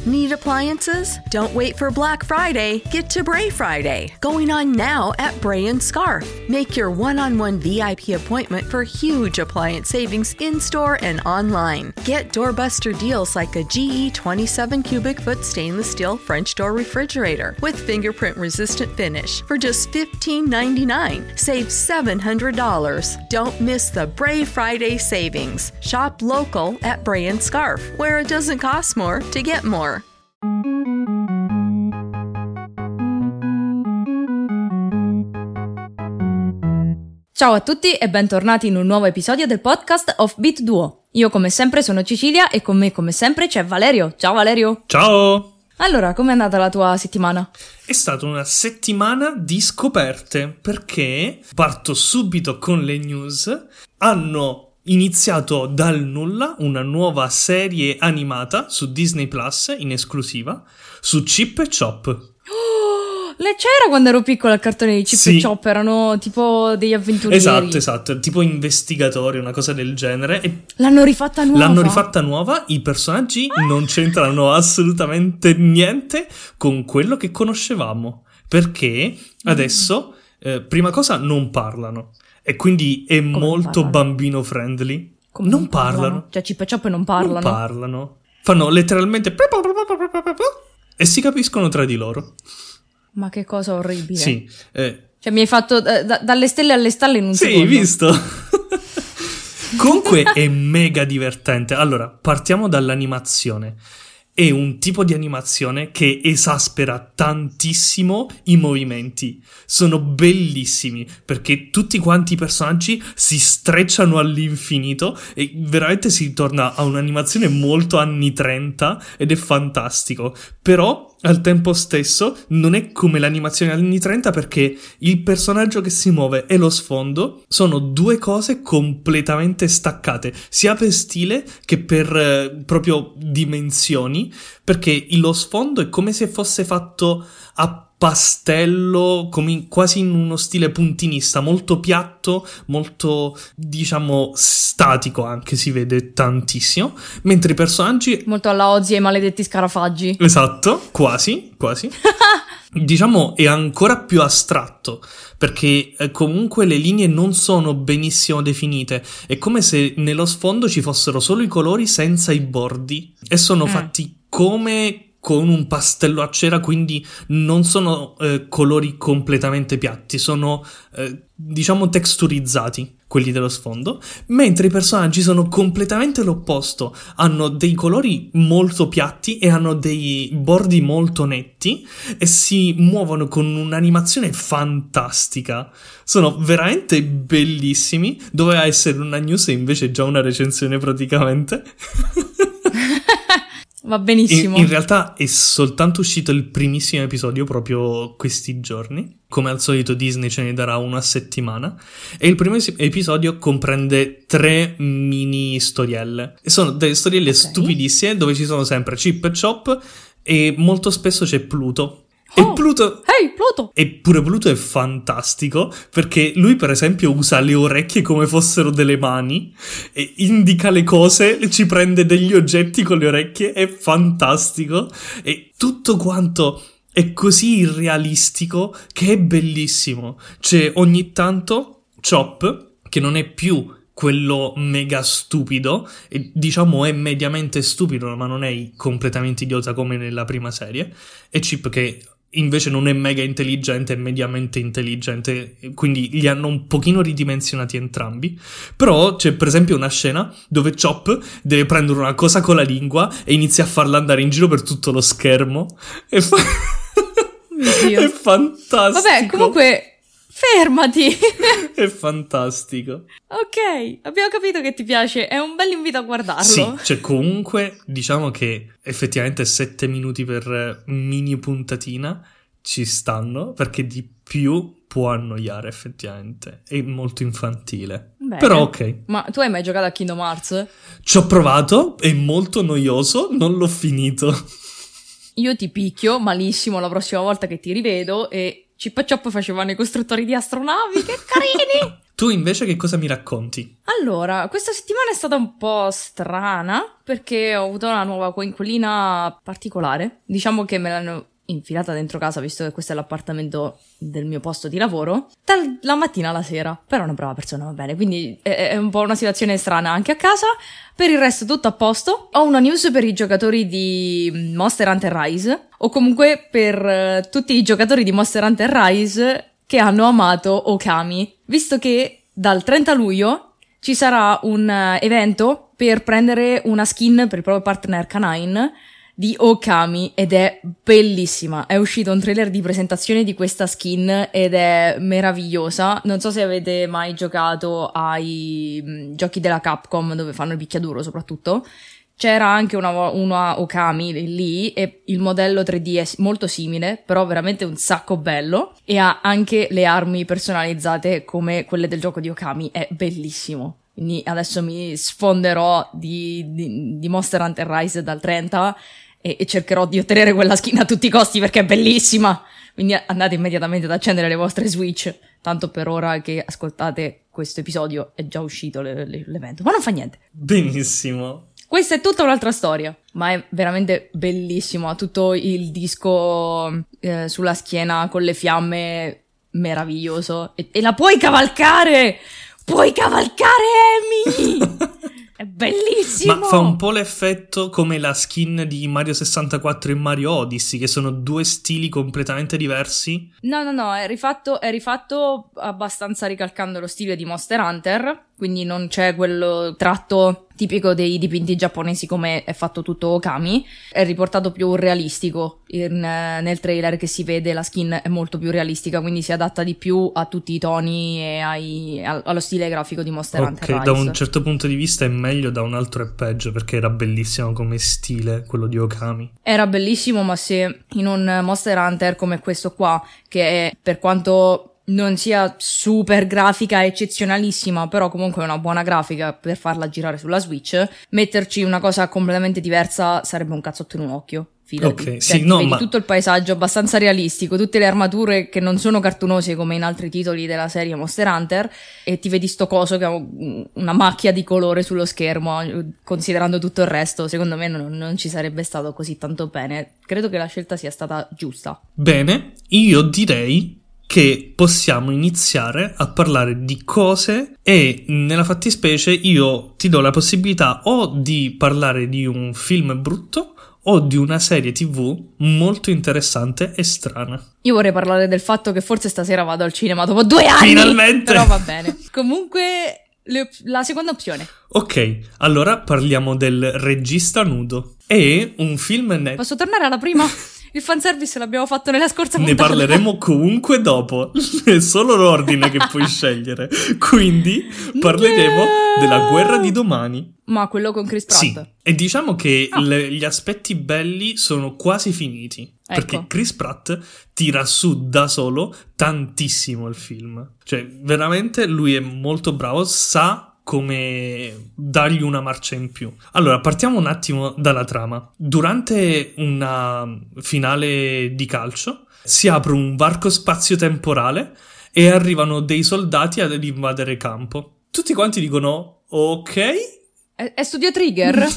Need appliances? Don't wait for Black Friday. Get to Bray Friday, going on now at Bray & Scarf. Make your one-on-one VIP appointment for huge appliance savings in-store and online. Get doorbuster deals like a GE 27 cubic foot stainless steel French door refrigerator with fingerprint-resistant finish for just $15.99. Save $700. Don't miss the Bray Friday savings. Shop local at Bray & Scarf, where it doesn't cost more to get more. Ciao a tutti e bentornati in un nuovo episodio del podcast of Beat Duo. Io come sempre sono Cecilia e con me come sempre c'è Valerio. Ciao Valerio! Ciao! Allora, com'è andata la tua settimana? È stata una settimana di scoperte, perché parto subito con le news. Hanno iniziato dal nulla una nuova serie animata su Disney Plus in esclusiva su Chip e Chop. C'era quando ero piccola il cartone di Chip e Chop, erano tipo degli avventurieri. Esatto, tipo investigatori, una cosa del genere. E l'hanno rifatta nuova? I personaggi non c'entrano assolutamente niente con quello che conoscevamo, perché adesso, prima cosa, non parlano, e quindi è come molto bambino friendly. Come non parlano? Cioè Chip e Chop non parlano? Non parlano. Fanno letteralmente e si capiscono tra di loro. Ma che cosa orribile. Sì. Cioè mi hai fatto dalle stelle alle stalle in un secondo. Sì, visto? Comunque è mega divertente. Allora, partiamo dall'animazione. È un tipo di animazione che esaspera tantissimo i movimenti. Sono bellissimi, perché tutti quanti i personaggi si strecciano all'infinito e veramente si torna a un'animazione molto anni 30 ed è fantastico. Però al tempo stesso non è come l'animazione anni 30, perché il personaggio che si muove e lo sfondo sono due cose completamente staccate, sia per stile che per proprio dimensioni, perché lo sfondo è come se fosse fatto a pastello, quasi in uno stile puntinista, molto piatto, molto, diciamo, statico anche, si vede tantissimo, mentre i personaggi... molto alla Ozzy e i maledetti scarafaggi. Esatto, quasi. Diciamo è ancora più astratto, perché comunque le linee non sono benissimo definite, è come se nello sfondo ci fossero solo i colori senza i bordi, e sono fatti come con un pastello a cera, quindi non sono colori completamente piatti, sono diciamo texturizzati quelli dello sfondo, mentre i personaggi sono completamente l'opposto, hanno dei colori molto piatti e hanno dei bordi molto netti e si muovono con un'animazione fantastica. Sono veramente bellissimi. Doveva essere una news e invece è già una recensione praticamente. Va benissimo. In realtà è soltanto uscito il primissimo episodio proprio questi giorni. Come al solito Disney ce ne darà uno a settimana. E il primo episodio comprende 3 mini storielle. E sono delle storielle stupidissime, dove ci sono sempre Chip e Chop e molto spesso c'è Pluto. E Pluto... Ehi, Pluto! Eppure Pluto è fantastico, perché lui per esempio usa le orecchie come fossero delle mani e indica le cose e ci prende degli oggetti con le orecchie. È fantastico, e tutto quanto è così irrealistico che è bellissimo. C'è ogni tanto Chop, che non è più quello mega stupido, e diciamo è mediamente stupido, ma non è completamente idiota come nella prima serie, e Chip che invece non è mega intelligente, è mediamente intelligente, quindi li hanno un pochino ridimensionati entrambi. Però c'è per esempio una scena dove Chop deve prendere una cosa con la lingua e inizia a farla andare in giro per tutto lo schermo. È fantastico. Vabbè, comunque... fermati! È fantastico. Ok, abbiamo capito che ti piace, è un bel invito a guardarlo. Sì, cioè comunque diciamo che effettivamente 7 minuti per mini puntatina ci stanno, perché di più può annoiare effettivamente, è molto infantile. Bene. Però ok. Ma tu hai mai giocato a Kingdom Hearts? Ci ho provato, è molto noioso, non l'ho finito. Io ti picchio malissimo la prossima volta che ti rivedo e Chip e Chop facevano i costruttori di astronavi, che carini! Tu invece che cosa mi racconti? Allora, questa settimana è stata un po' strana perché ho avuto una nuova coinquilina particolare. Diciamo che me l'hanno infilata dentro casa, visto che questo è l'appartamento del mio posto di lavoro, dalla mattina alla sera. Però è una brava persona, va bene, quindi è un po' una situazione strana anche a casa. Per il resto tutto a posto. Ho una news per i giocatori di Monster Hunter Rise, o comunque per tutti i giocatori di Monster Hunter Rise che hanno amato Okami, visto che dal 30 luglio ci sarà un evento per prendere una skin per il proprio partner canine di Okami, ed è bellissima. È uscito un trailer di presentazione di questa skin ed è meravigliosa. Non so se avete mai giocato ai giochi della Capcom dove fanno il picchiaduro soprattutto. C'era anche una Okami lì e il modello 3D è molto simile, però veramente un sacco bello, e ha anche le armi personalizzate come quelle del gioco di Okami. È bellissimo. Quindi adesso mi sfonderò di Monster Hunter Rise dal 30 e cercherò di ottenere quella skin a tutti i costi perché è bellissima. Quindi andate immediatamente ad accendere le vostre Switch, tanto per ora che ascoltate questo episodio è già uscito l'evento, ma non fa niente. Benissimo. Questa è tutta un'altra storia, ma è veramente bellissimo. Ha tutto il disco sulla schiena con le fiamme, meraviglioso. E la puoi cavalcare! Puoi cavalcare Amy! È bellissimo! Ma fa un po' l'effetto come la skin di Mario 64 e Mario Odyssey, che sono due stili completamente diversi. No, è rifatto abbastanza ricalcando lo stile di Monster Hunter, quindi non c'è quello tratto tipico dei dipinti giapponesi come è fatto tutto Okami. È riportato più realistico. Nel trailer che si vede la skin è molto più realistica, quindi si adatta di più a tutti i toni e allo stile grafico di Monster Hunter Rise. Da un certo punto di vista è meglio, da un altro è peggio, perché era bellissimo come stile quello di Okami. Era bellissimo, ma se in un Monster Hunter come questo qua, che è, per quanto non sia super grafica eccezionalissima, però comunque è una buona grafica per farla girare sulla Switch, metterci una cosa completamente diversa sarebbe un cazzotto in un occhio. Fidati. Ok, sì, no, vedi ma tutto il paesaggio abbastanza realistico, tutte le armature che non sono cartunose come in altri titoli della serie Monster Hunter, e ti vedi sto coso che ha una macchia di colore sullo schermo. Considerando tutto il resto, secondo me non ci sarebbe stato così tanto bene. Credo che la scelta sia stata giusta. Bene, io direi che possiamo iniziare a parlare di cose, e nella fattispecie io ti do la possibilità o di parlare di un film brutto o di una serie TV molto interessante e strana. Io vorrei parlare del fatto che forse stasera vado al cinema dopo 2 anni! Finalmente! Però va bene. Comunque, la seconda opzione. Ok, allora parliamo del Regista nudo. È un film Posso tornare alla prima? Il fanservice l'abbiamo fatto nella scorsa puntata. Ne parleremo comunque dopo. È solo l'ordine che puoi scegliere. Quindi parleremo della Guerra di domani. Ma quello con Chris Pratt? Sì, e diciamo che gli aspetti belli sono quasi finiti. Ecco. Perché Chris Pratt tira su da solo tantissimo il film. Cioè, veramente lui è molto bravo, sa come dargli una marcia in più. Allora, partiamo un attimo dalla trama. Durante una finale di calcio si apre un varco spazio-temporale e arrivano dei soldati ad invadere campo. Tutti quanti dicono ok? È Studio Trigger?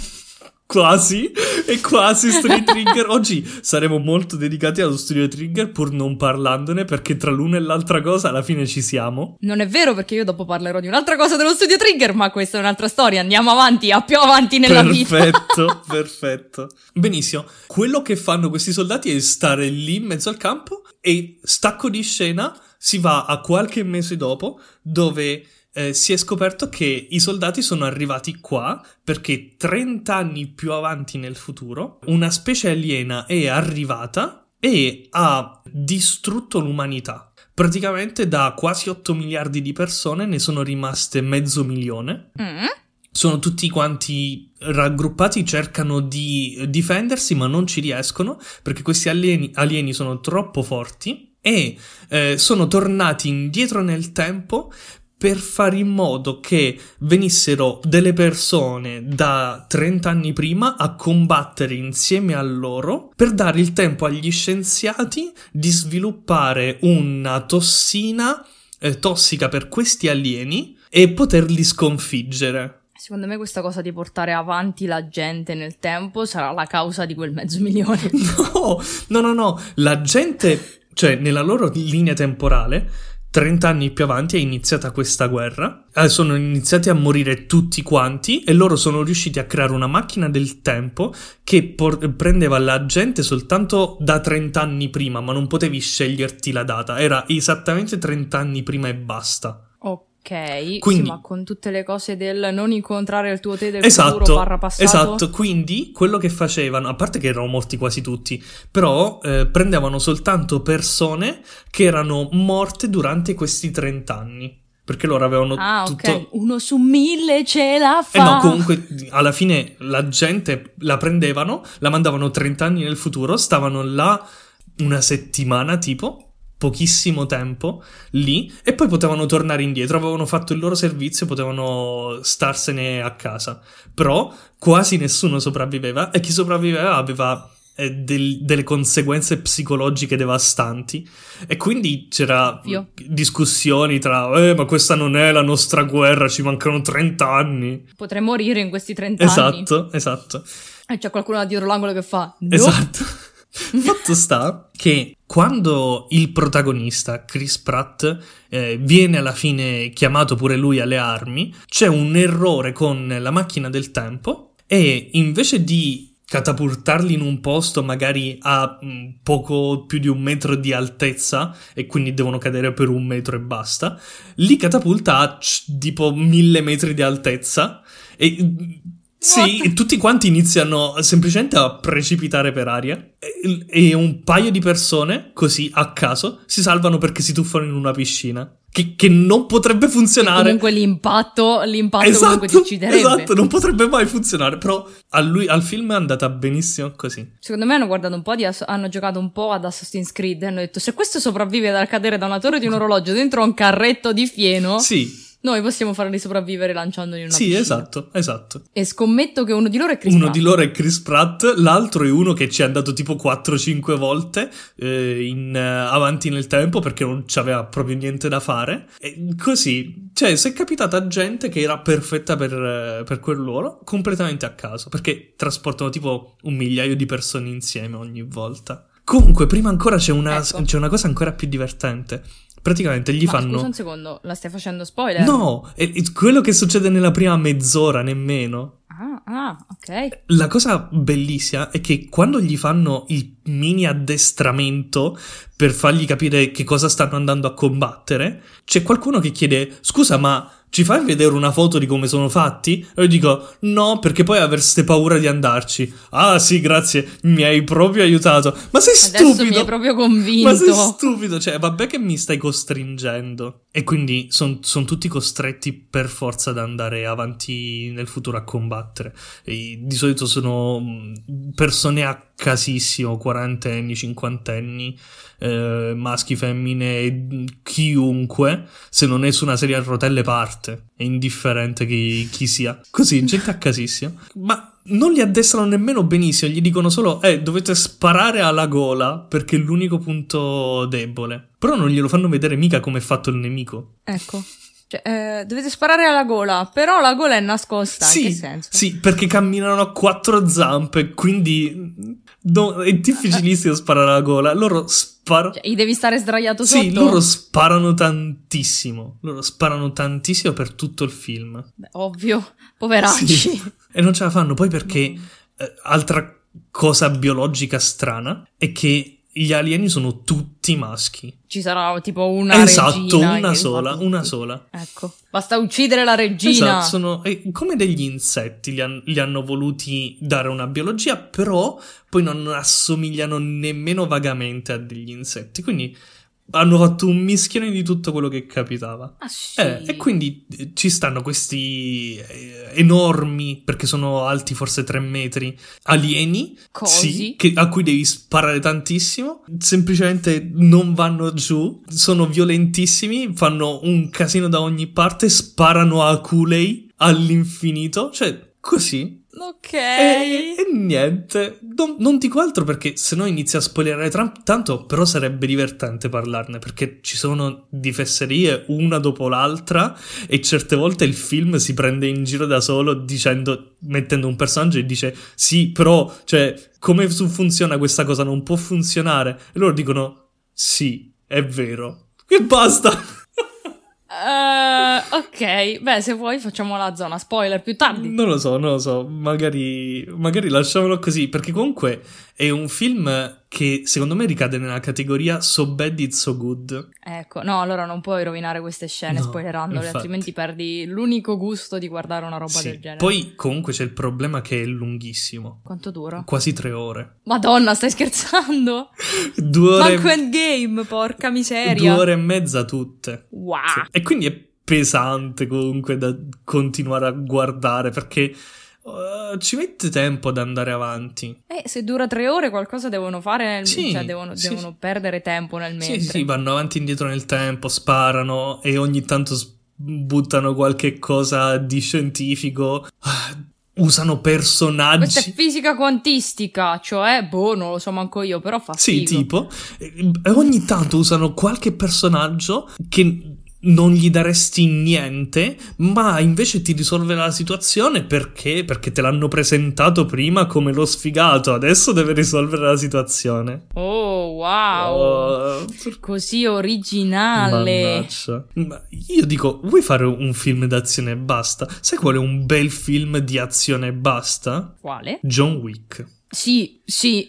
Quasi, è quasi Studio Trigger. Oggi saremo molto dedicati allo Studio Trigger, pur non parlandone, perché tra l'una e l'altra cosa alla fine ci siamo. Non è vero, perché io dopo parlerò di un'altra cosa dello Studio Trigger, ma questa è un'altra storia. Andiamo avanti, a più avanti nella vita. Perfetto. Benissimo. Quello che fanno questi soldati è stare lì in mezzo al campo, e stacco di scena si va a qualche mese dopo, dove si è scoperto che i soldati sono arrivati qua perché 30 anni più avanti nel futuro una specie aliena è arrivata e ha distrutto l'umanità. Praticamente da quasi 8 miliardi di persone ne sono rimaste 500.000. Sono tutti quanti raggruppati, cercano di difendersi ma non ci riescono perché questi alieni sono troppo forti, e sono tornati indietro nel tempo per fare in modo che venissero delle persone da 30 anni prima a combattere insieme a loro per dare il tempo agli scienziati di sviluppare una tossina tossica per questi alieni e poterli sconfiggere. Secondo me questa cosa di portare avanti la gente nel tempo sarà la causa di quel 500.000. No. La gente, cioè nella loro linea temporale, 30 anni più avanti è iniziata questa guerra, sono iniziati a morire tutti quanti e loro sono riusciti a creare una macchina del tempo che prendeva la gente soltanto da 30 anni prima, ma non potevi sceglierti la data, era esattamente 30 anni prima e basta. Ok, quindi, sì, ma con tutte le cose del non incontrare il tuo te del futuro barra passato. Esatto, quindi quello che facevano, a parte che erano morti quasi tutti, però prendevano soltanto persone che erano morte durante questi 30 anni. Perché loro avevano tutto... ok, 1 su 1000 ce la fa! No, comunque alla fine la gente la prendevano, la mandavano 30 anni nel futuro, stavano là una settimana tipo... pochissimo tempo lì e poi potevano tornare indietro, avevano fatto il loro servizio, potevano starsene a casa, però quasi nessuno sopravviveva e chi sopravviveva aveva delle conseguenze psicologiche devastanti e quindi c'era discussioni tra ma questa non è la nostra guerra, ci mancano 30 anni, potrei morire in questi 30 anni. Esatto e c'è qualcuno da dietro l'angolo che fa no. Esatto. Fatto sta che quando il protagonista, Chris Pratt, viene alla fine chiamato pure lui alle armi, c'è un errore con la macchina del tempo e invece di catapultarli in un posto magari a poco più di 1 metro di altezza e quindi devono cadere per 1 metro e basta, li catapulta a tipo 1000 metri di altezza e... Sì, e tutti quanti iniziano semplicemente a precipitare per aria e un paio di persone, così a caso, si salvano perché si tuffano in una piscina. Che non potrebbe funzionare. E comunque l'impatto comunque ti ucciderebbe. Esatto, non potrebbe mai funzionare, però al film è andata benissimo così. Secondo me hanno guardato un po' hanno giocato un po' ad Assassin's Creed e hanno detto se questo sopravvive dal cadere da una torre di un orologio dentro un carretto di fieno... Sì. Noi possiamo farli sopravvivere lanciandoli in una piscina. Sì, esatto. E scommetto che uno di loro è Chris Pratt. Uno di loro è Chris Pratt, l'altro è uno che ci è andato tipo 4-5 volte avanti nel tempo perché non c'aveva proprio niente da fare. E così, cioè, si è capitata gente che era perfetta per quel ruolo, completamente a caso, perché trasportano tipo 1 migliaio di persone insieme ogni volta. Comunque, prima ancora c'è una cosa ancora più divertente. Praticamente gli fanno... Scusa un secondo, la stai facendo spoiler? No, è quello che succede nella prima mezz'ora, nemmeno. Ok. La cosa bellissima è che quando gli fanno il mini addestramento per fargli capire che cosa stanno andando a combattere, c'è qualcuno che chiede, scusa, ma ci fai vedere una foto di come sono fatti? E io dico, no, perché poi avreste paura di andarci. Ah sì, grazie, mi hai proprio aiutato. Ma sei stupido? Adesso mi hai proprio convinto. Ma sei stupido, cioè, vabbè che mi stai costringendo. E quindi sono tutti costretti per forza ad andare avanti nel futuro a combattere. E di solito sono persone a casissimo, 40enni, 50enni, maschi, femmine, chiunque, se non è su una sedia a rotelle parte, è indifferente chi sia. Così, gente a casissimo. Ma non li addestrano nemmeno benissimo, gli dicono solo dovete sparare alla gola perché è l'unico punto debole. Però non glielo fanno vedere mica come è fatto il nemico. Ecco. Cioè, dovete sparare alla gola, però la gola è nascosta. Sì, in che senso? Sì, perché camminano a 4 zampe, quindi è difficilissimo sparare alla gola. Loro sparano... Cioè, gli devi stare sdraiato sotto? Sì, loro sparano tantissimo. Loro sparano tantissimo per tutto il film. Beh, ovvio, poveracci. Sì. E non ce la fanno poi perché altra cosa biologica strana è che gli alieni sono tutti maschi. Ci sarà tipo una regina. Esatto, una sola. Ecco, basta uccidere la regina. Esatto, sono come degli insetti, li hanno voluti dare una biologia, però poi non assomigliano nemmeno vagamente a degli insetti, quindi hanno fatto un mischione di tutto quello che capitava. Ah, sì. E quindi ci stanno questi enormi, perché sono alti forse 3 metri, alieni, Cosi. sì, a cui devi sparare tantissimo, semplicemente non vanno giù, sono violentissimi, fanno un casino da ogni parte, sparano a culei all'infinito, cioè così. Ok. E niente, non dico altro perché se no inizia a spoilerare tanto, però sarebbe divertente parlarne perché ci sono di fesserie una dopo l'altra e certe volte il film si prende in giro da solo mettendo un personaggio e dice sì, però, cioè, come funziona questa cosa non può funzionare e loro dicono sì, è vero, e basta. Ok, beh, se vuoi facciamo la zona spoiler più tardi. Non lo so, magari lasciamolo così, perché comunque è un film che secondo me ricade nella categoria So Bad It's So Good. Ecco, no, allora non puoi rovinare queste scene No, spoilerandole, infatti. altrimenti perdi l'unico gusto di guardare una roba Sì. del genere. Poi comunque c'è il problema che è lunghissimo. Quanto dura? Quasi 3 ore. Madonna, stai scherzando? 2 ore. Manco Endgame, porca 2 miseria. ore e mezza tutte. Wow. Sì. E quindi è pesante comunque da continuare a guardare perché ci mette tempo ad andare avanti. Se dura 3 ore qualcosa devono fare, Sì, cioè devono sì. perdere tempo nel mentre. Sì, vanno avanti e indietro nel tempo, sparano e ogni tanto buttano qualche cosa di scientifico. Usano personaggi. Questa è fisica quantistica, cioè, non lo so manco io, però fa Sì, figo. tipo. E ogni tanto usano qualche personaggio che non gli daresti niente, ma invece ti risolve la situazione perché te l'hanno presentato prima come lo sfigato, adesso deve risolvere la situazione. Oh, wow. Così originale. Mannaggia. Ma io dico, vuoi fare un film d'azione e basta? Sai qual è un bel film di azione e basta? Quale? John Wick. Sì.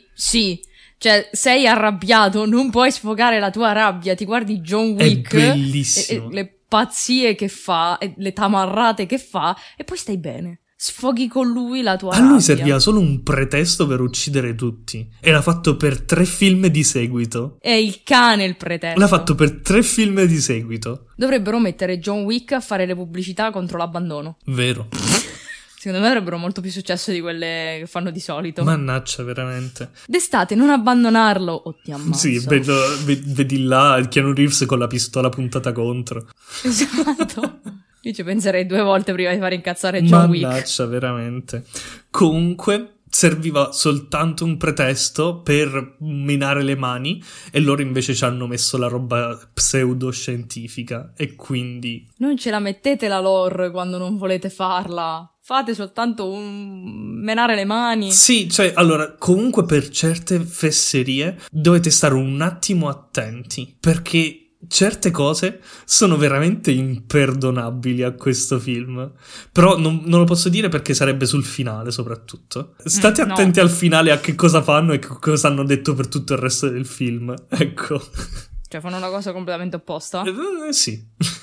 Cioè, sei arrabbiato, non puoi sfogare la tua rabbia, ti guardi John Wick. È bellissimo. E le pazzie che fa, e le tamarrate che fa, e poi stai bene. Sfoghi con lui la tua A rabbia. lui serviva solo un pretesto per uccidere tutti. E l'ha fatto per 3 film di seguito. È il cane il pretesto. L'ha fatto per 3 film di seguito. Dovrebbero mettere John Wick a fare le pubblicità contro l'abbandono. Vero. Secondo me avrebbero molto più successo di quelle che fanno di solito. Mannaggia, veramente. D'estate, non abbandonarlo o ti ammazzo. Sì, vedi là Keanu Reeves con la pistola puntata contro. Esatto. Io ci penserei 2 volte prima di fare incazzare John Wick. Mannaggia, veramente. Comunque serviva soltanto un pretesto per minare le mani e loro invece ci hanno messo la roba pseudoscientifica e quindi... Non ce la mettete la lore quando non volete farla. Fate soltanto menare le mani. Sì, cioè, allora, comunque per certe fesserie dovete stare un attimo attenti, perché certe cose sono veramente imperdonabili a questo film. Però non lo posso dire perché sarebbe sul finale, soprattutto. State attenti al finale a che cosa fanno e che cosa hanno detto per tutto il resto del film. Ecco. Cioè, fanno una cosa completamente opposta? Sì.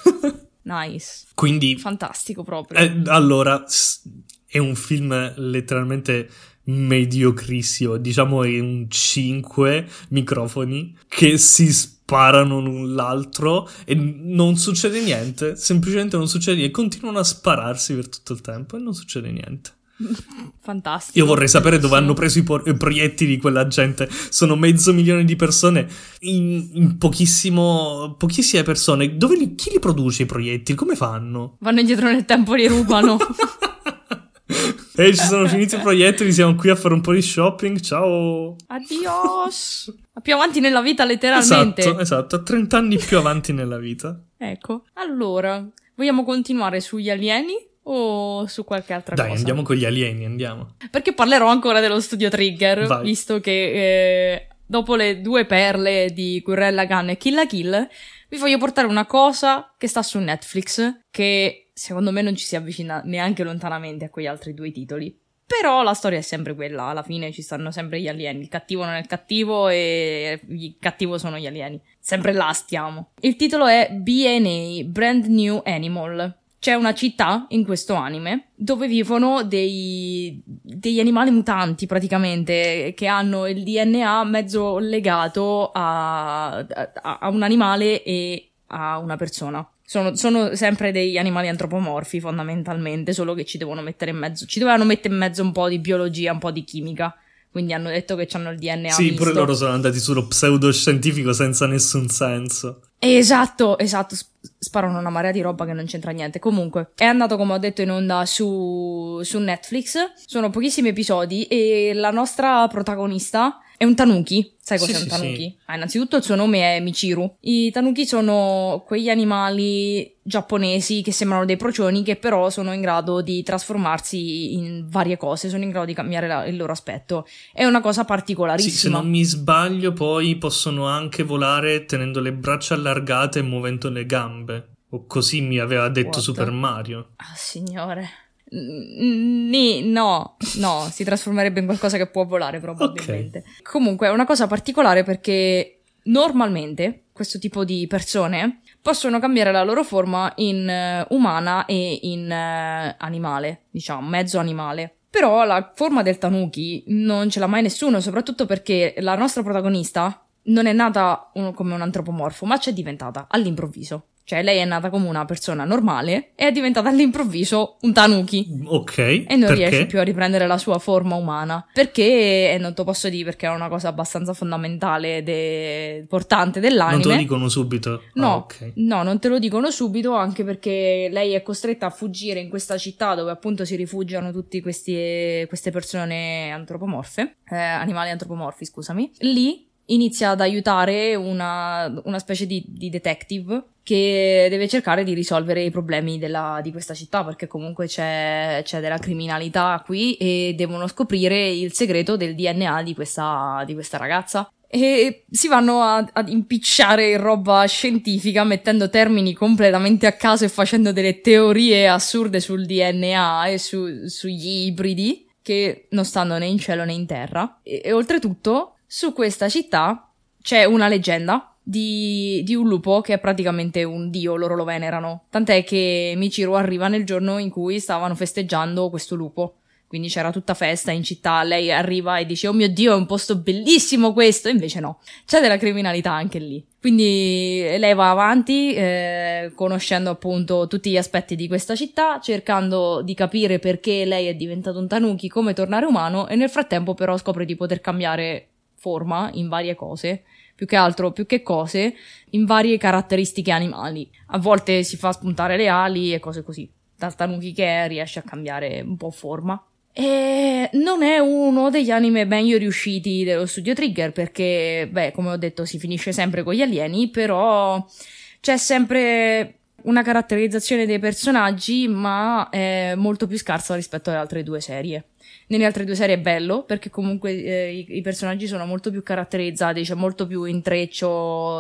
Nice. Quindi... Fantastico proprio. Allora, è un film letteralmente mediocrissimo. Diciamo è un 5 microfoni che si sparano l'un l'altro e non succede niente. Semplicemente non succede niente. Continuano a spararsi per tutto il tempo e non succede niente. Fantastico. Io vorrei sapere dove hanno preso i proiettili quella gente. Sono 500.000 di persone in pochissime persone. Chi li produce i proiettili? Come fanno? Vanno indietro nel tempo e li rubano. Ci sono finiti i proiettili, siamo qui a fare un po' di shopping. Ciao. Adios. Più avanti nella vita, letteralmente. Esatto, 30 anni più avanti nella vita. Ecco. Allora, vogliamo continuare sugli alieni o su qualche altra cosa? Dai, andiamo con gli alieni, andiamo. Perché parlerò ancora dello studio Trigger, Vai. visto che dopo le 2 perle di Gurrella Gunn e Kill la Kill, vi voglio portare una cosa che sta su Netflix, che secondo me non ci si avvicina neanche lontanamente a quegli altri 2 titoli. Però la storia è sempre quella, alla fine ci stanno sempre gli alieni, il cattivo non è il cattivo e il cattivo sono gli alieni. Sempre là stiamo. Il titolo è B&A, Brand New Animal, c'è una città in questo anime dove vivono degli animali mutanti praticamente, che hanno il DNA mezzo legato a un animale e a una persona. Sono sempre degli animali antropomorfi fondamentalmente, solo che ci dovevano mettere in mezzo un po' di biologia, un po' di chimica. Quindi hanno detto che hanno il DNA Sì, misto. pure loro sono andati sullo pseudoscientifico senza nessun senso. Esatto, sparano una marea di roba che non c'entra niente. Comunque, è andato, come ho detto, in onda su Netflix. Sono pochissimi episodi e la nostra protagonista è un tanuki. Sai cos'è un tanuki? Sì. Innanzitutto il suo nome è Michiru. I tanuki sono quegli animali giapponesi che sembrano dei procioni, che però sono in grado di trasformarsi in varie cose, sono in grado di cambiare il loro aspetto. È una cosa particolarissima. Sì, se non mi sbaglio, poi possono anche volare tenendo le braccia allargate e muovendo le gambe. O così mi aveva detto Super Mario. Ah, signore. No, si trasformerebbe in qualcosa che può volare probabilmente. Okay. Comunque è una cosa particolare perché normalmente questo tipo di persone possono cambiare la loro forma in umana e in animale, diciamo, mezzo animale. Però la forma del tanuki non ce l'ha mai nessuno, soprattutto perché la nostra protagonista non è nata come un antropomorfo, ma c'è diventata all'improvviso. Cioè, lei è nata come una persona normale e è diventata all'improvviso un tanuki. Ok. E non riesce più a riprendere la sua forma umana. Perché, e non te lo posso dire perché è una cosa abbastanza fondamentale e importante dell'anime. Non te lo dicono subito? No, okay. No, non te lo dicono subito, anche perché lei è costretta a fuggire in questa città dove appunto si rifugiano tutte queste persone antropomorfe, animali antropomorfi, scusami. Lì inizia ad aiutare una specie di detective che deve cercare di risolvere i problemi di questa città, perché comunque c'è della criminalità qui e devono scoprire il segreto del DNA di questa ragazza. E si vanno ad impicciare in roba scientifica, mettendo termini completamente a caso e facendo delle teorie assurde sul DNA e sugli ibridi che non stanno né in cielo né in terra. E oltretutto su questa città c'è una leggenda di un lupo che è praticamente un dio, loro lo venerano. Tant'è che Michiru arriva nel giorno in cui stavano festeggiando questo lupo. Quindi c'era tutta festa in città, lei arriva e dice: oh mio Dio, è un posto bellissimo questo, e invece no, c'è della criminalità anche lì. Quindi lei va avanti, conoscendo appunto tutti gli aspetti di questa città, cercando di capire perché lei è diventato un tanuki, come tornare umano, e nel frattempo però scopre di poter cambiare forma in varie cose, più che cose, in varie caratteristiche animali. A volte si fa spuntare le ali e cose così. Dal tanuki che è, riesce a cambiare un po' forma. E non è uno degli anime meglio riusciti dello studio Trigger, perché, beh, come ho detto, si finisce sempre con gli alieni, però c'è sempre una caratterizzazione dei personaggi, ma è molto più scarsa rispetto alle altre due serie. Nelle altre due serie è bello, perché comunque i personaggi sono molto più caratterizzati, c'è molto più intreccio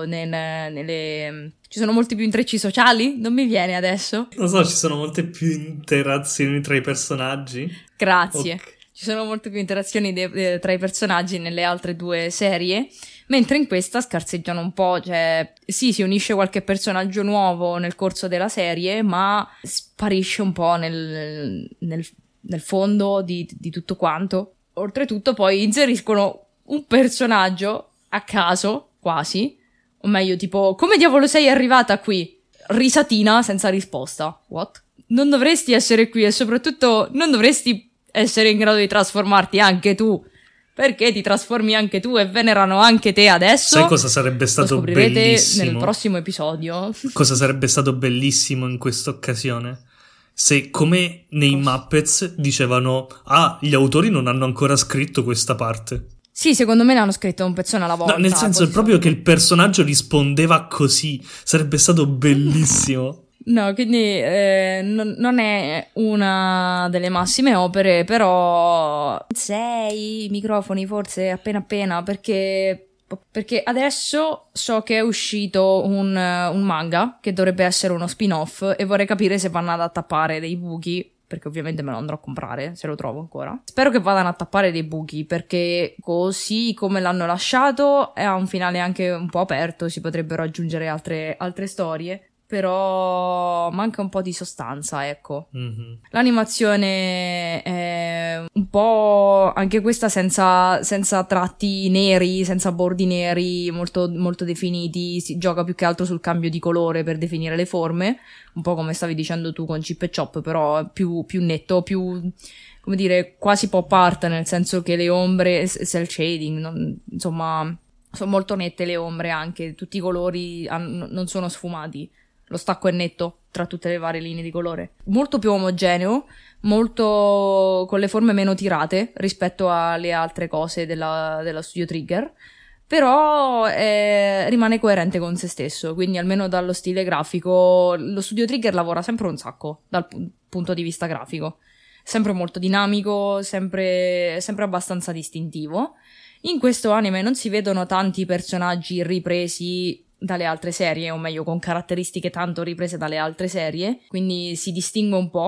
ci sono molti più intrecci sociali? Non mi viene adesso. Non so, ci sono molte più interazioni tra i personaggi. Grazie. Okay. Ci sono molte più interazioni tra i personaggi nelle altre due serie, mentre in questa scarseggiano un po', cioè sì, si unisce qualche personaggio nuovo nel corso della serie, ma sparisce un po' nel fondo di tutto quanto. Oltretutto poi inseriscono un personaggio a caso, quasi, o meglio tipo: come diavolo sei arrivata qui? Risatina senza risposta. What? Non dovresti essere qui e soprattutto non dovresti essere in grado di trasformarti anche tu. Perché ti trasformi anche tu e venerano anche te adesso? Sai cosa sarebbe stato bellissimo? Nel prossimo episodio. Cosa sarebbe stato bellissimo in questa occasione? Se, come nei Muppets, dicevano: ah, gli autori non hanno ancora scritto questa parte. Sì, secondo me l'hanno scritto un pezzone alla volta. No, nel senso proprio che il personaggio rispondeva così. Sarebbe stato bellissimo. No, quindi non è una delle massime opere, però 6 microfoni forse appena, perché adesso so che è uscito un manga che dovrebbe essere uno spin-off e vorrei capire se vanno ad tappare dei buchi, perché ovviamente me lo andrò a comprare se lo trovo ancora. Spero che vadano a tappare dei buchi, perché così come l'hanno lasciato ha un finale anche un po' aperto, si potrebbero aggiungere altre storie. però manca un po' di sostanza, ecco. Mm-hmm. L'animazione è un po' anche questa senza tratti neri, senza bordi neri molto, molto definiti, si gioca più che altro sul cambio di colore per definire le forme, un po' come stavi dicendo tu con Chip e Chop, però più netto, più, come dire, quasi pop art, nel senso che le ombre, cel shading, insomma, sono molto nette le ombre anche, tutti i colori non sono sfumati. Lo stacco è netto tra tutte le varie linee di colore. Molto più omogeneo, molto con le forme meno tirate rispetto alle altre cose della Studio Trigger, però rimane coerente con se stesso, quindi almeno dallo stile grafico lo Studio Trigger lavora sempre un sacco dal punto di vista grafico. Sempre molto dinamico, sempre abbastanza distintivo. In questo anime non si vedono tanti personaggi ripresi dalle altre serie, o meglio con caratteristiche tanto riprese dalle altre serie, quindi si distingue un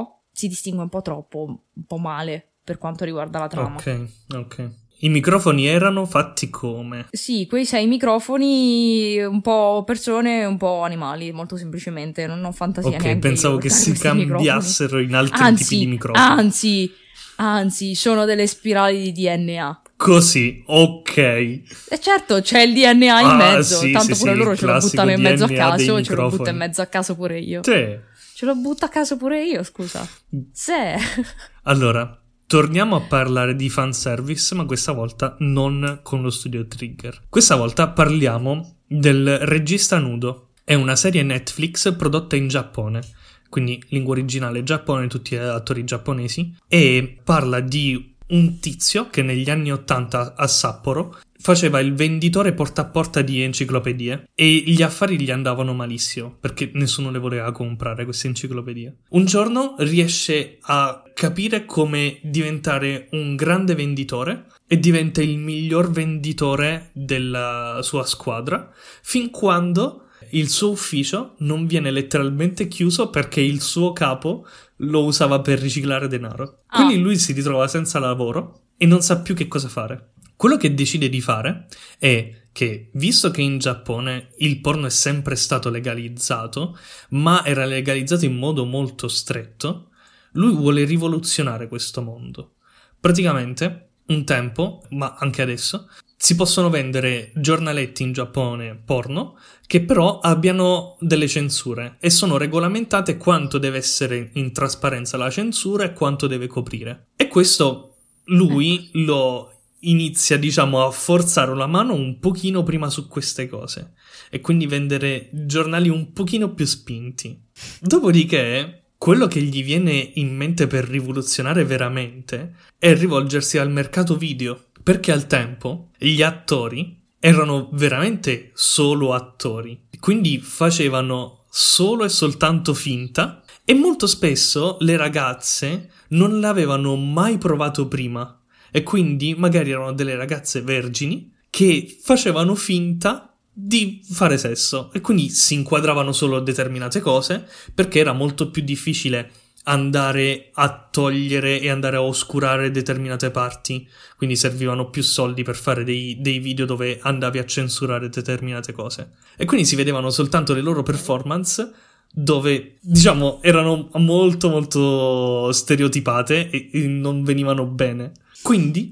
po' troppo, un po' male per quanto riguarda la trama. Ok. I microfoni erano fatti come? Sì, quei 6 microfoni, un po' persone, un po' animali, molto semplicemente, non ho fantasia neanche. Ok, pensavo che si cambiassero in altri tipi di microfoni. Anzi, sono delle spirali di DNA. Così, ok. E certo, c'è il DNA in mezzo, sì, tanto sì, pure loro ce lo buttano in mezzo a caso, ce lo microfoni. butto in mezzo a caso pure io. Sì. Ce lo butto a caso pure io, scusa. Se. Allora, torniamo a parlare di fanservice, ma questa volta non con lo Studio Trigger. Questa volta parliamo del Regista Nudo. È una serie Netflix prodotta in Giappone, quindi lingua originale Giappone, tutti attori giapponesi, e parla di un tizio che negli anni 80 a Sapporo faceva il venditore porta a porta di enciclopedie e gli affari gli andavano malissimo perché nessuno le voleva comprare queste enciclopedie. Un giorno riesce a capire come diventare un grande venditore e diventa il miglior venditore della sua squadra, fin quando il suo ufficio non viene letteralmente chiuso perché il suo capo lo usava per riciclare denaro. Quindi lui si ritrova senza lavoro e non sa più che cosa fare. Quello che decide di fare è che, visto che in Giappone il porno è sempre stato legalizzato, ma era legalizzato in modo molto stretto, lui vuole rivoluzionare questo mondo. Praticamente, un tempo, ma anche adesso, si possono vendere giornaletti in Giappone porno che però abbiano delle censure e sono regolamentate quanto deve essere in trasparenza la censura e quanto deve coprire. E questo lui lo inizia, diciamo, a forzare la mano un pochino prima su queste cose e quindi vendere giornali un pochino più spinti. Dopodiché, quello che gli viene in mente per rivoluzionare veramente è rivolgersi al mercato video, perché al tempo gli attori erano veramente solo attori, quindi facevano solo e soltanto finta e molto spesso le ragazze non l'avevano mai provato prima e quindi magari erano delle ragazze vergini che facevano finta di fare sesso e quindi si inquadravano solo a determinate cose perché era molto più difficile andare a togliere e andare a oscurare determinate parti, quindi servivano più soldi per fare dei video dove andavi a censurare determinate cose e quindi si vedevano soltanto le loro performance dove, diciamo, erano molto molto stereotipate e non venivano bene. Quindi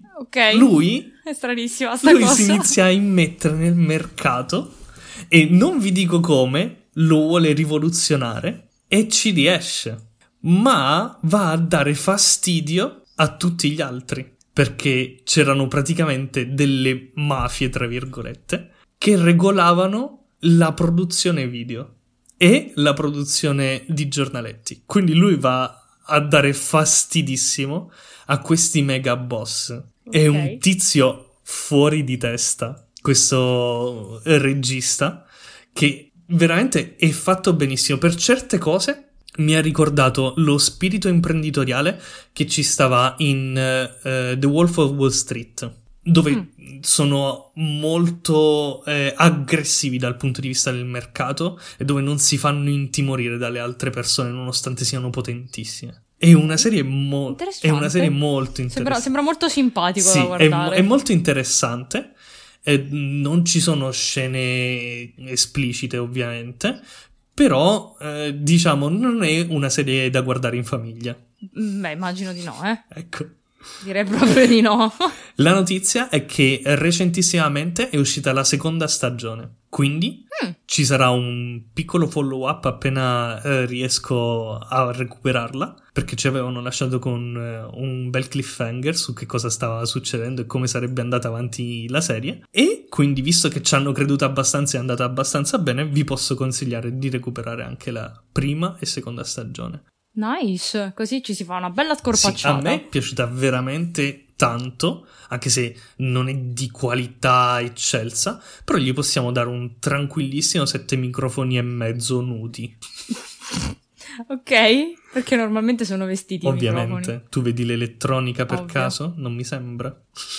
lui è stranissima sta cosa. Si inizia a immettere nel mercato e non vi dico come lo vuole rivoluzionare e ci riesce, ma va a dare fastidio a tutti gli altri perché c'erano praticamente delle mafie, tra virgolette, che regolavano la produzione video e la produzione di giornaletti. Quindi lui va a dare fastidissimo a questi mega boss. È un tizio fuori di testa, questo regista, che veramente è fatto benissimo. Per certe cose mi ha ricordato lo spirito imprenditoriale che ci stava in The Wolf of Wall Street, dove sono molto aggressivi dal punto di vista del mercato e dove non si fanno intimorire dalle altre persone nonostante siano potentissime. È una serie molto interessante. Sembra molto simpatico da guardare. È molto interessante. Non ci sono scene esplicite, ovviamente, però diciamo non è una serie da guardare in famiglia. Beh, immagino di no, Ecco. Direi proprio di no. La notizia è che recentissimamente è uscita la seconda stagione, quindi ci sarà un piccolo follow-up appena riesco a recuperarla, perché ci avevano lasciato con un bel cliffhanger su che cosa stava succedendo e come sarebbe andata avanti la serie, e quindi visto che ci hanno creduto abbastanza e è andata abbastanza bene, vi posso consigliare di recuperare anche la prima e seconda stagione. Nice, così ci si fa una bella Sì, scorpacciata. a me è piaciuta veramente tanto, anche se non è di qualità eccelsa, però gli possiamo dare un tranquillissimo 7 microfoni e mezzo nudi. Ok, perché normalmente sono vestiti i Ovviamente, microfoni. tu vedi l'elettronica per Ovvio. caso? Non mi sembra.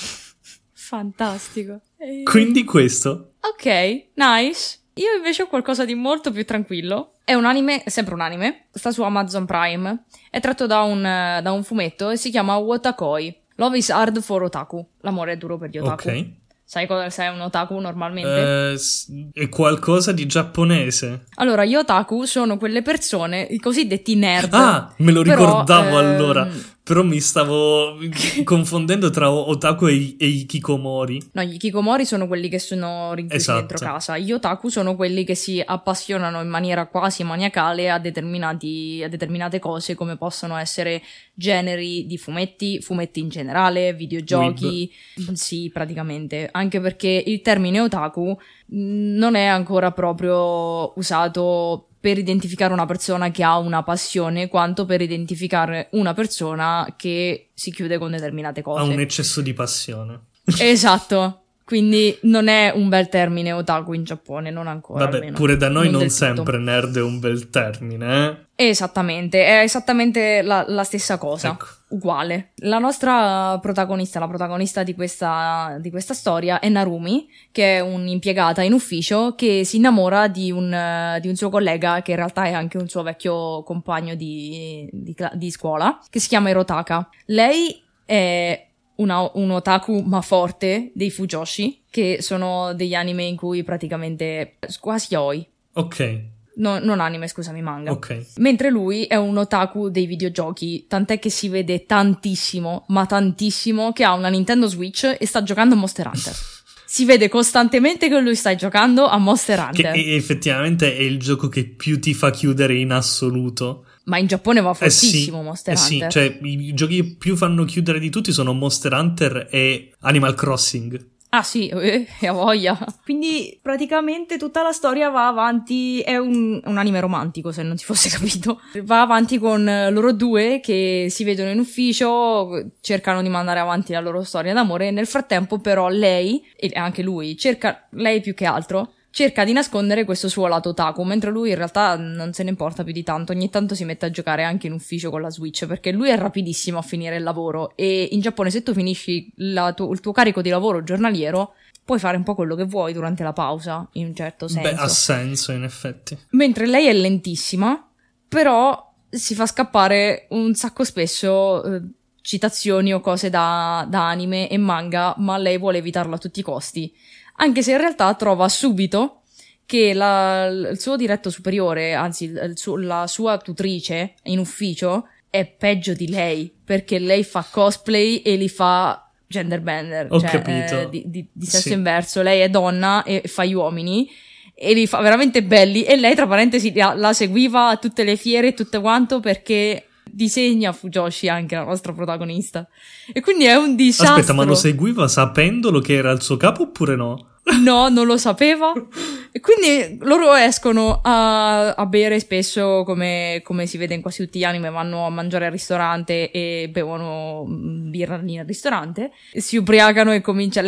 Fantastico. Quindi questo. Ok, nice. Io invece ho qualcosa di molto più tranquillo. È un anime, è sempre un anime, sta su Amazon Prime, è tratto da un fumetto e si chiama Wotakoi. Love is hard for otaku. L'amore è duro per gli otaku. Ok. Sai cosa sei un otaku normalmente? È qualcosa di giapponese. Allora, gli otaku sono quelle persone, i cosiddetti nerd. Ah, me lo però, ricordavo allora. Però mi stavo confondendo tra otaku e i kikomori. No, gli kikomori sono quelli che sono rinchiusi Esatto. dentro casa. Gli otaku sono quelli che si appassionano in maniera quasi maniacale a determinate cose, come possono essere generi di fumetti in generale, videogiochi. Sì, praticamente. Anche perché il termine otaku non è ancora proprio usato per identificare una persona che ha una passione, quanto per identificare una persona che si chiude con determinate cose. Ha un eccesso di passione. Esatto, quindi non è un bel termine otaku in Giappone, non ancora. Vabbè, almeno. pure da noi non del tutto. sempre nerd è un bel termine, Esattamente, è esattamente la stessa cosa, Ecco. uguale. La nostra protagonista, la protagonista di questa storia è Narumi, che è un'impiegata in ufficio che si innamora di un suo collega, che in realtà è anche un suo vecchio compagno di scuola, che si chiama Hirotaka. Lei è un otaku ma forte dei Fujoshi, che sono degli anime in cui praticamente quasi yaoi. Ok, No, non anime, scusami, manga. ok. Mentre lui è un otaku dei videogiochi, tant'è che si vede tantissimo, ma tantissimo, che ha una Nintendo Switch e sta giocando a Monster Hunter. Si vede costantemente che lui sta giocando a Monster Hunter. Che effettivamente è il gioco che più ti fa chiudere in assoluto. Ma in Giappone va fortissimo sì, Monster Hunter. sì, cioè i giochi che più fanno chiudere di tutti sono Monster Hunter e Animal Crossing. Ah sì, a voglia. Quindi praticamente tutta la storia va avanti, è un anime romantico se non si fosse capito. Va avanti con loro due che si vedono in ufficio, cercano di mandare avanti la loro storia d'amore. Nel frattempo però lei, e anche lui, lei più che altro, cerca di nascondere questo suo lato otaku, mentre lui in realtà non se ne importa più di tanto. Ogni tanto si mette a giocare anche in ufficio con la Switch, perché lui è rapidissimo a finire il lavoro, e in Giappone se tu finisci il tuo carico di lavoro giornaliero puoi fare un po' quello che vuoi durante la pausa, in un certo senso. Beh, ha senso in effetti. Mentre lei è lentissima, però si fa scappare un sacco spesso citazioni o cose da anime e manga, ma lei vuole evitarlo a tutti i costi. Anche se in realtà trova subito che il suo diretto superiore, anzi la sua tutrice in ufficio, è peggio di lei, perché lei fa cosplay e li fa genderbender, Ho cioè capito. di sesso Sì. inverso. Lei è donna e fa gli uomini e li fa veramente belli, e lei tra parentesi la seguiva a tutte le fiere e tutto quanto perché disegna Fujoshi, anche la nostra protagonista, e quindi è un disastro. Aspetta, ma lo seguiva sapendolo che era il suo capo oppure no? No, non lo sapeva. E quindi loro escono a bere spesso, come si vede in quasi tutti gli anime, vanno a mangiare al ristorante e bevono birra lì al ristorante, e si ubriacano e comincia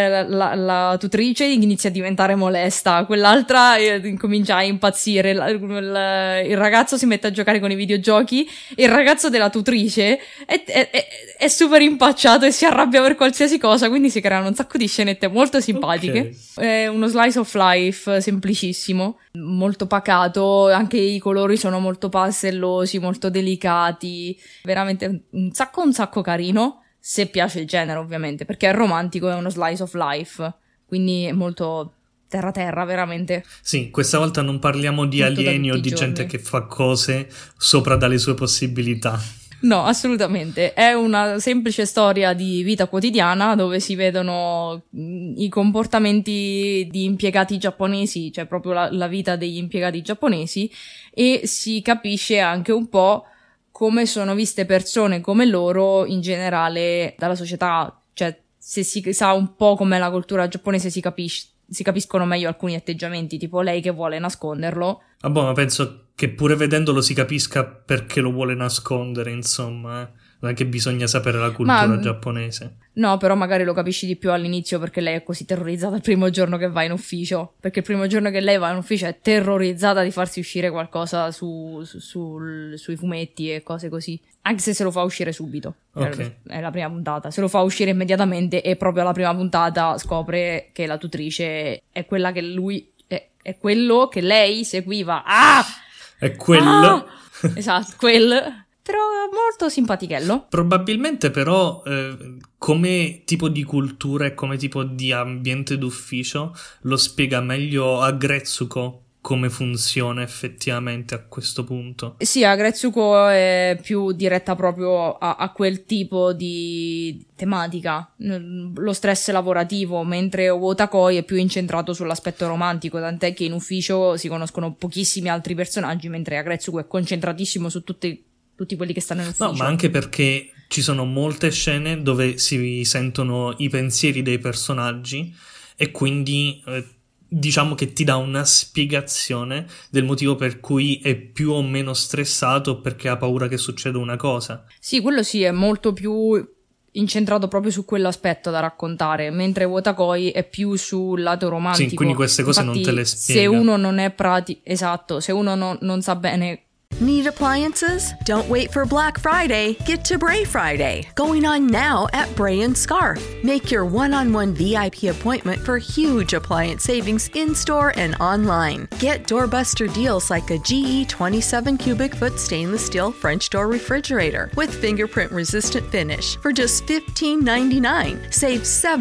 la tutrice inizia a diventare molesta, quell'altra comincia a impazzire, il ragazzo si mette a giocare con i videogiochi e il ragazzo della tutrice è super impacciato e si arrabbia per qualsiasi cosa, quindi si creano un sacco di scenette molto simpatiche. Ok. È uno slice of life semplicissimo, molto pacato, anche i colori sono molto pastellosi, molto delicati, veramente un sacco carino, se piace il genere ovviamente, perché è romantico, è uno slice of life, quindi è molto terra veramente. Sì, questa volta non parliamo di alieni o di gente che fa cose sopra dalle sue possibilità. No, assolutamente. È una semplice storia di vita quotidiana dove si vedono i comportamenti di impiegati giapponesi, cioè proprio la vita degli impiegati giapponesi, e si capisce anche un po' come sono viste persone come loro in generale dalla società. Cioè, se si sa un po' com'è la cultura giapponese si capiscono meglio alcuni atteggiamenti, tipo lei che vuole nasconderlo. Ah, boh, ma penso che pure vedendolo si capisca perché lo vuole nascondere, insomma, Non è che bisogna sapere la cultura giapponese. No, però magari lo capisci di più all'inizio perché lei è così terrorizzata il primo giorno che va in ufficio. Perché il primo giorno che lei va in ufficio è terrorizzata di farsi uscire qualcosa sui fumetti e cose così. Anche se lo fa uscire subito. Okay. È la prima puntata. Se lo fa uscire immediatamente e proprio alla prima puntata scopre che la tutrice è quella che lui... è quello che lei seguiva. Ah! È quello. Ah! Esatto, quel... Però molto simpatichello. Probabilmente però come tipo di cultura e come tipo di ambiente d'ufficio lo spiega meglio Agretsuko come funziona effettivamente a questo punto. Sì, Agretsuko è più diretta proprio a quel tipo di tematica, lo stress lavorativo, mentre Wotakoi è più incentrato sull'aspetto romantico, tant'è che in ufficio si conoscono pochissimi altri personaggi, mentre Agretsuko è concentratissimo su tutti quelli che stanno in ufficio. No, ma anche perché ci sono molte scene dove si sentono i pensieri dei personaggi e quindi diciamo che ti dà una spiegazione del motivo per cui è più o meno stressato perché ha paura che succeda una cosa. Sì, quello sì, è molto più incentrato proprio su quell'aspetto da raccontare, mentre Wotakoi è più sul lato romantico. Sì, quindi queste cose infatti, non te le spiega. Se uno non è esatto, se uno non sa bene. Need appliances? Don't wait for Black Friday. Get to Bray Friday, going on now at Bray & Scarf. Make your one-on-one VIP appointment for huge appliance savings in-store and online. Get doorbuster deals like a GE 27 cubic foot stainless steel French door refrigerator with fingerprint-resistant finish for just $15.99. Save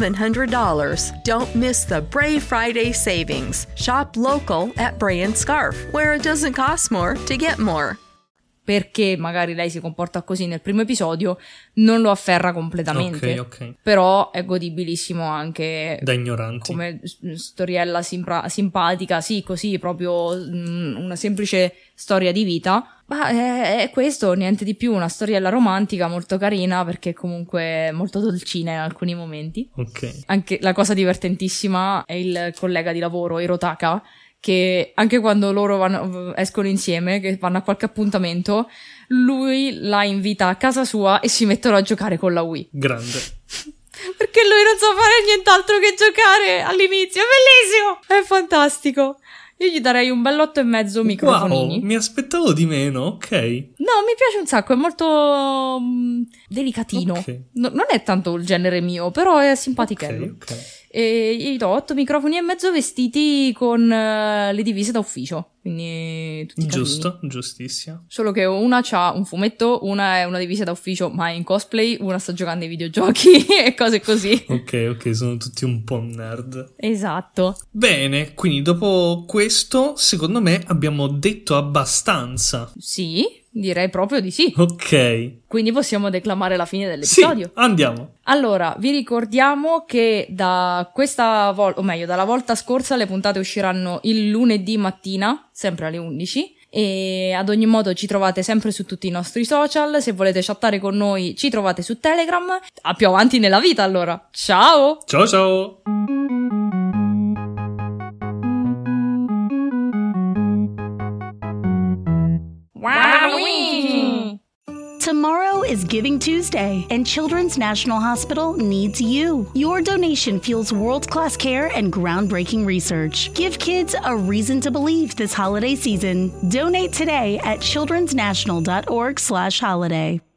$700. Don't miss the Bray Friday savings. Shop local at Bray & Scarf, where it doesn't cost more to get more. Perché magari lei si comporta così nel primo episodio, non lo afferra completamente. Ok. Però è godibilissimo anche da ignoranti. Come storiella simpatica, sì, così, proprio una semplice storia di vita. Ma è questo, niente di più, una storiella romantica molto carina, perché comunque molto dolcina in alcuni momenti. Ok. Anche la cosa divertentissima è il collega di lavoro, Hirotaka, che anche quando loro escono insieme, che vanno a qualche appuntamento, lui la invita a casa sua e si mettono a giocare con la Wii. Grande. Perché lui non sa fare nient'altro che giocare all'inizio, è bellissimo, è fantastico. Io gli darei un bel 8,5 microfonini. Wow, mi aspettavo di meno, ok. No, mi piace un sacco, è molto delicatino. Okay. Non è tanto il genere mio, però è simpatichello. Ok. E gli do 8,5 microfoni vestiti con le divise da ufficio, quindi tutti giusto, carini. Giustissimo. Solo che una c'ha un fumetto, una è una divisa da ufficio ma è in cosplay, una sta giocando ai videogiochi e cose così. Ok, sono tutti un po' nerd. Esatto. Bene, quindi dopo questo, secondo me abbiamo detto abbastanza. Sì, direi proprio di sì. Ok. Quindi possiamo declamare la fine dell'episodio. Sì, andiamo. Allora, vi ricordiamo che da questa volta, o meglio, dalla volta scorsa le puntate usciranno il lunedì mattina, sempre alle 11. E ad ogni modo ci trovate sempre su tutti i nostri social. Se volete chattare con noi ci trovate su Telegram. A più avanti nella vita, allora. Ciao! Ciao! Tomorrow is Giving Tuesday, and Children's National Hospital needs you. Your donation fuels world-class care and groundbreaking research. Give kids a reason to believe this holiday season. Donate today at childrensnational.org/holiday.